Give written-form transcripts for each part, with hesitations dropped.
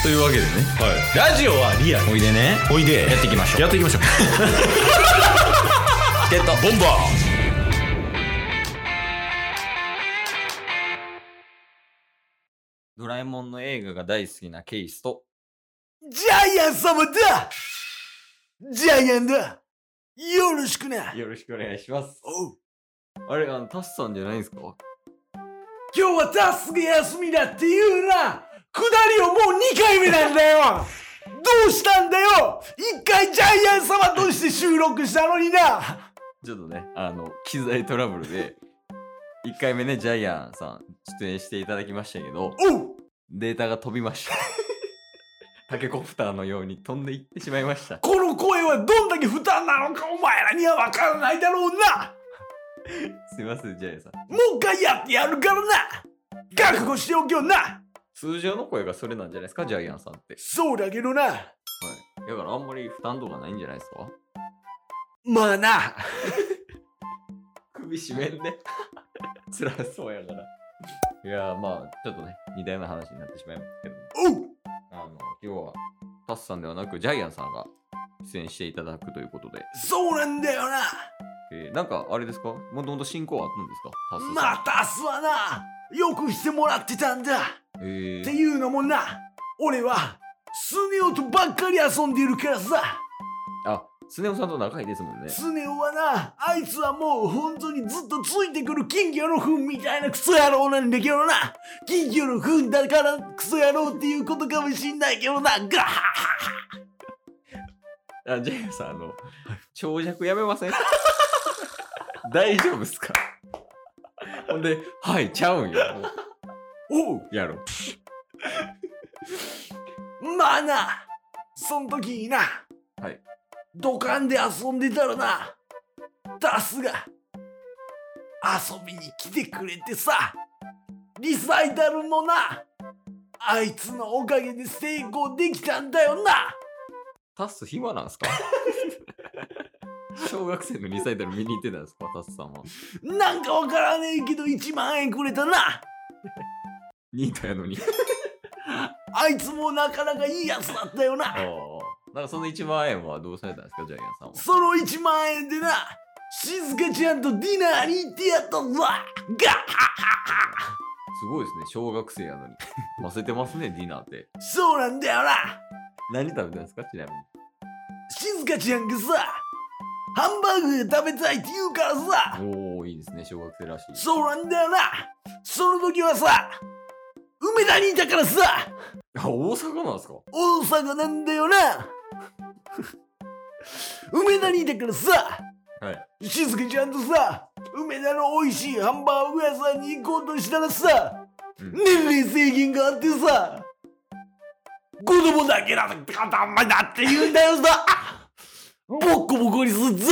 というわけでね、 はい、ラジオはリアル。 おいでね、 おいでやっていきましょう。 やっていきましょうゲットボンバー。 ドラえもんの映画が大好きなケイスと、 ジャイアン様だ。ジャイアンだ。よろしくな。 よろしくお願いします。 おう、 あれ、タスさんじゃないんですか？ 今日はタスが休みだっていうな。下りをもう2回目なんだよ。どうしたんだよ。1回ジャイアン様として収録したのにな。 ちょっとね、機材トラブルで、1回目ね、ジャイアンさん出演していただきましたけど、 おう、 データが飛びました。タケコプターのように飛んでいってしまいました。 この声はどんだけ負担なのかお前らには分からないだろうな。 すいません、ジャイアンさん。 もう一回やってやるからな。覚悟しておけよな。 通常の声がそれなんじゃないですか、ジャイアンさんって。 そうだけどな。 はい。だからあんまり負担度がないんじゃないですか？ まあな。 首絞めんで。辛そうやから。いやー、まあ、ちょっとね、似たような話になってしまいますけども。 おう、 今日はタスさんではなくジャイアンさんが出演していただくということで、 そうなんだよな。 なんかあれですか、もともと親交あったんですか、タスさん。 まあタスはな、よくしてもらってたんだ。っていうのもな、俺はスネ夫とばっかり遊んでるからさ。 あ、スネ夫さんと仲いいですもんね。 スネ夫はな、あいつはもう本当にずっとついてくる金魚の糞みたいなクソ野郎なんだけどな。金魚の糞だからクソ野郎っていうことかもしんないけどな。ガハハハ。 あ、ジャイアンさん、長尺やめません？大丈夫っすか？ほんで、はい、ちゃうんよ。 おう、 やろ。 まあな、そん時にな、 はい。 土管で遊んでたらな、タスが遊びに来てくれてさ、リサイタルもな、あいつのおかげで成功できたんだよな。 タス暇なんすか？小学生のリサイタル見に行ってたんですか、タスさんは。 なんかわからねえけど1万円くれたな。 ニートやのに。 あいつもなかなかいいやつだったよな。 ああ。なんかその1万円はどうされたんですか、ジャイアンさんは。 その1万円でな、静香ちゃんとディナーに行ってやったぞ。ガッハッハッハ。 すごいですね、小学生やのに。忘れてますね、ディナーって。 そうなんだよな。 何食べたんですか、ちなみに。 静香ちゃんがさ、ハンバーグが食べたいって言うからさ。 おー、いいですね、小学生らしい。 そうなんだよな。その時はさ、梅田にいたからさ。 あ、大阪なんですか？ 大阪なんだよな。梅田にいたからさ、 はい。 静香ちゃんとさ、梅田の美味しいハンバーグ屋さんに行こうとしたらさ、年齢制限があってさ、子供だけだってダメだって言うんだよさ。ボッコボコにすっぞ。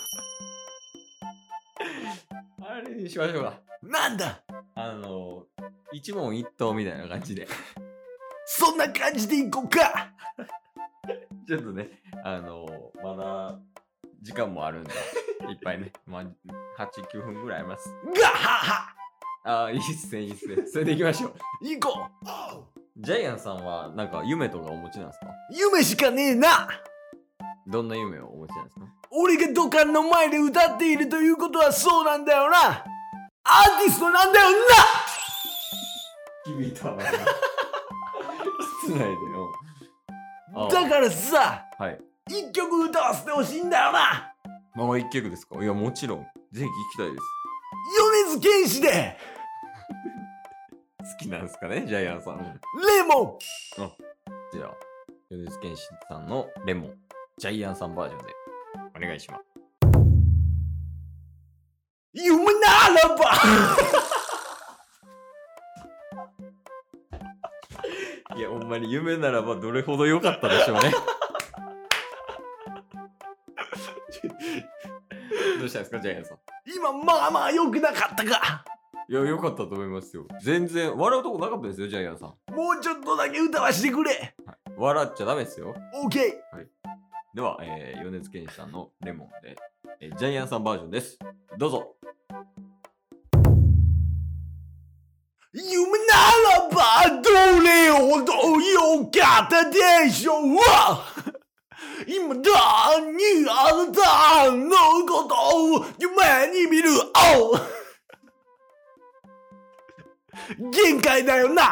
あれにしましょうか。 なんだ、 一問一答みたいな感じで。 そんな感じで行こうか。 ちょっとね、まだ時間もあるんで、いっぱいね、まあ、8、9分ぐらいあります。 ガッハッハ。 ああ、いいっすね、いいっすね。それで行きましょう。 行こう。 ジャイアンさんは、なんか夢とかお持ちなんですか？ 夢しかねえな。 どんな夢をお持ちなんですか？ 俺が土管の前で歌っているということはそうなんだよな。アーティストなんだよな。 君とは室内での。 だからさ、 はい。 一曲歌わせてほしいんだよな。 まあ、一曲ですか？いや、もちろん。ぜひ聴きたいです。 米津玄師で好きなんですかね、ジャイアンさん。 レモン。 じゃあ、米津玄師さんのレモン、ジャイアンさんバージョンでお願いします。 夢ならばいや、ほんまに夢ならばどれほど良かったでしょうね。どうしたんですか、ジャイアンさん。 今まあまあ良くなかったか。 いや、良かったと思いますよ。全然、笑うとこなかったですよ、ジャイアンさん。 もうちょっとだけ歌わしてくれ。 はい、笑っちゃダメですよ。 オーケー。 では、米津玄師さんのレモンで、ジャイアンさんバージョンです。どうぞ。 夢ならばどれをょうどよかったでしょう。今だにあなたのことを夢に見る。限界だよな。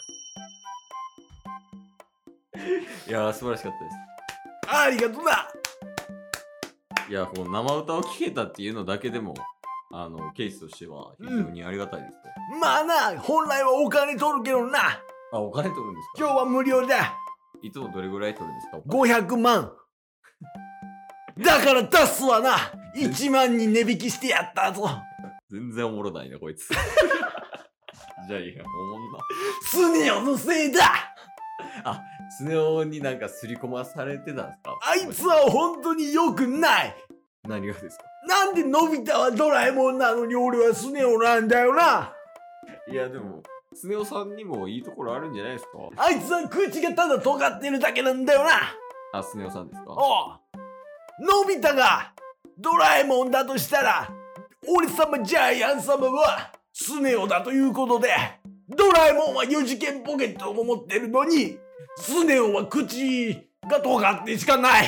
いやー素晴らしかったです。 ありがとうな。 いや、この生歌を聴けたっていうのだけでも、ケースとしては非常にありがたいですと。 まあな、本来はお金取るけどな。 あ、お金取るんですか？ 今日は無料だ。 いつもどれぐらい取るんですか ？500万。だから出すわな。1万に値引きしてやったぞ。 全然おもろないなこいつ。じゃあいいや、おもんな。 スネ夫のせいだ。 あ、スネ夫になんか刷り込まされてたんですか？ あいつは本当に良くない。 何がですか？ なんでのび太はドラえもんなのに俺はスネ夫なんだよな。 いやでもスネ夫さんにもいいところあるんじゃないですか？ あいつは口がただ尖ってるだけなんだよな。 あ、スネ夫さんですか？ おう、のび太がドラえもんだとしたら、俺様ジャイアン様はスネ夫だということで、ドラえもんは4次元ポケットを持ってるのに、スネ夫は口が尖ってしかない。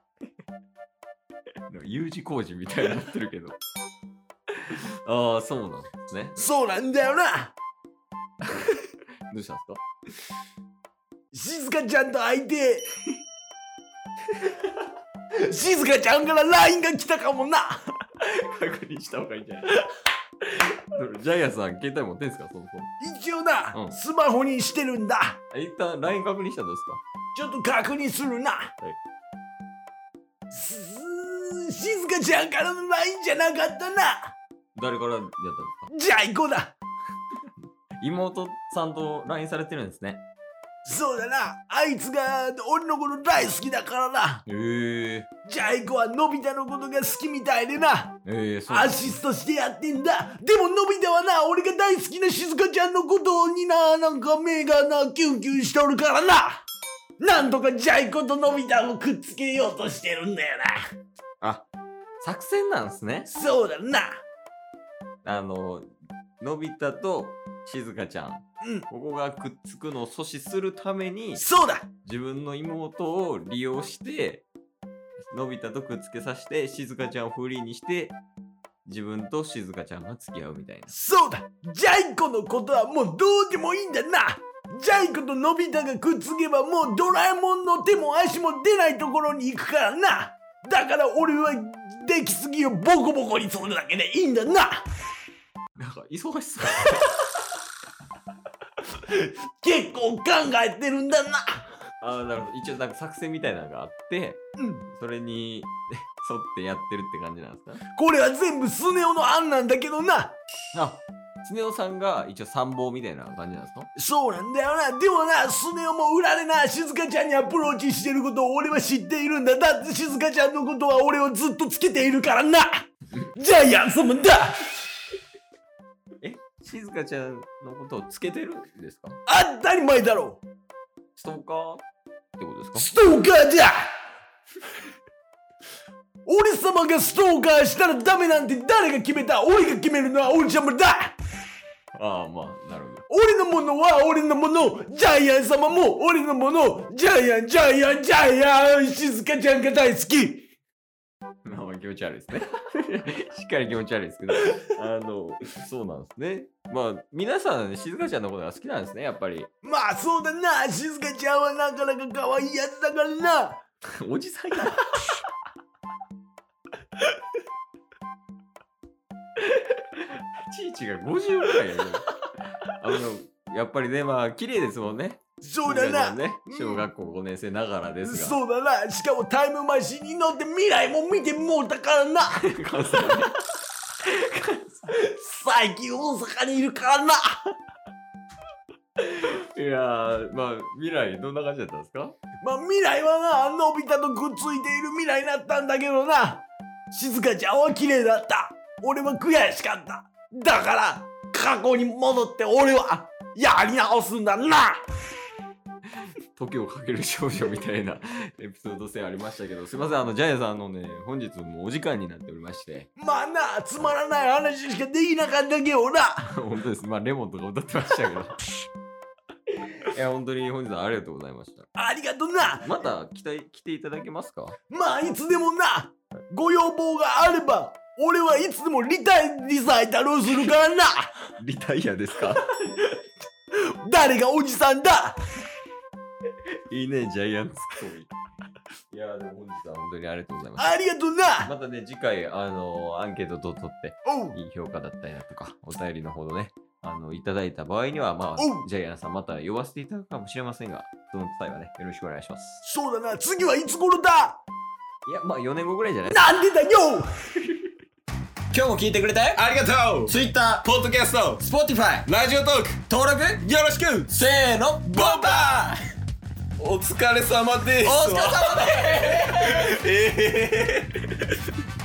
U 字工事みたいになってるけど。ああ、そうなんですね。 そうなんだよな。 どうしたんですか？ 静香ちゃんと会いて静香ちゃんから LINE が来たかもな。 確認した方がいいんじゃない？ジャイアンさん携帯持ってんすか？そもそも一応な、 うんスマホにしてるんだ。 一旦 LINE 確認したらどうですか？ ちょっと確認するな。静香ちゃんからの LINE じゃなかったな。 誰からやったんですか？ じゃあ行こうだ。 妹さんと LINE されてるんですね。 そうだな。あいつが俺のこと大好きだからな。じゃあ行こうはのび太のことが好きみたいでな。 そうアシストしてやってんだ。でものび太はな、俺が大好きな静香ちゃんのことにな、なんか目がな、キュンキュンしとるからな。なんとかジャイ子とのび太をくっつけようとしてるんだよな。 あ、作戦なんですね。 そうだな。 のび太と静香ちゃん、 うん、 ここがくっつくのを阻止するために、 そうだ。 自分の妹を利用してのび太とくっつけさせて静香ちゃんをフリーにして自分と静香ちゃんが付き合うみたいな。 そうだ。ジャイ子のことはもうどうでもいいんだな。ジャイ子とのび太がくっつけばもうドラえもんの手も足も出ないところに行くからな。だから俺は出来すぎをボコボコにするだけでいいんだな。 なんか忙しそう。 結構考えてるんだな。 ああ、なるほど。一応なんか作戦みたいなのがあって、 うん、 それに沿ってやってるって感じなんですか？ これは全部スネ夫の案なんだけどな。 あ、スネ夫さんが一応参謀みたいな感じなんですか？ そうなんだよな。でもな、スネ夫も裏でな、静香ちゃんにアプローチしてることを俺は知っているんだ。だって静香ちゃんのことは俺をずっとつけているからな。ジャイアン様だ。 静香ちゃんのことをつけてるんですか？ 当たり前だろう。 ストーカーってことですか？ ストーカーだ。俺様がストーカーしたらダメなんて誰が決めた？俺が決めるのは俺様だ。 ああ、まあなるほど。 俺のものは俺のもの。ジャイアン様も俺のもの。ジャイアン静香ちゃんが大好き。 まあ気持ち悪いですね。しっかり気持ち悪いですけど、そうなんですね。まあ皆さん静香ちゃんのことが好きなんですね、やっぱり。 まあそうだな。静香ちゃんはなかなか可愛いやつだからな。 おじさんや。ちいちが50ぐらいやけど。やっぱりね、まあ綺麗ですもんね。 そうだな。 ね、小学校5年生ながらですが。 そうだな。しかもタイムマシンに乗って未来も見てもうたからな。最近大阪にいるからな。 いやー、まあ未来どんな感じだったんですか？ まあ未来はな、のび太とくっついている未来だったんだけどな。静香ちゃんは綺麗だった。俺は悔しかった。だから過去に戻って俺はやり直すんだな。 時をかける少女みたいなエピソード性ありましたけど、すいません、ジャイアンさんね、本日もうお時間になっておりまして。 まあな、つまらない話しかできなかったけどな。 本当です。まあレモンとか歌ってましたけど。 や、本当に本日はありがとうございました。 ありがとうな。 また来ていただけますか？ まあいつでもな。ご要望があれば俺はいつでもリタイ太郎するからな。 リタイアですか？ 誰がおじさんだ。 いいね、ジャイアンツコミ。いや、でも本日は本当にありがとうございました。 ありがとうな。 またね、次回、アンケートと取って、 おういい評価だったりだとか、お便りのほどね、いただいた場合には、まあおう、 ジャイアンさんまた呼ばせていただくかもしれませんが、その際はね、よろしくお願いします。 そうだな。次はいつ頃だ。 いや、まあ4年後ぐらいじゃない？ なんでだよ。 今日も聞いてくれてありがとう。 Twitter、ポッドキャスト、Spotify、ラジオトーク登録よろしく。せーの、ボンバー。お疲れ様です。お疲れ様です。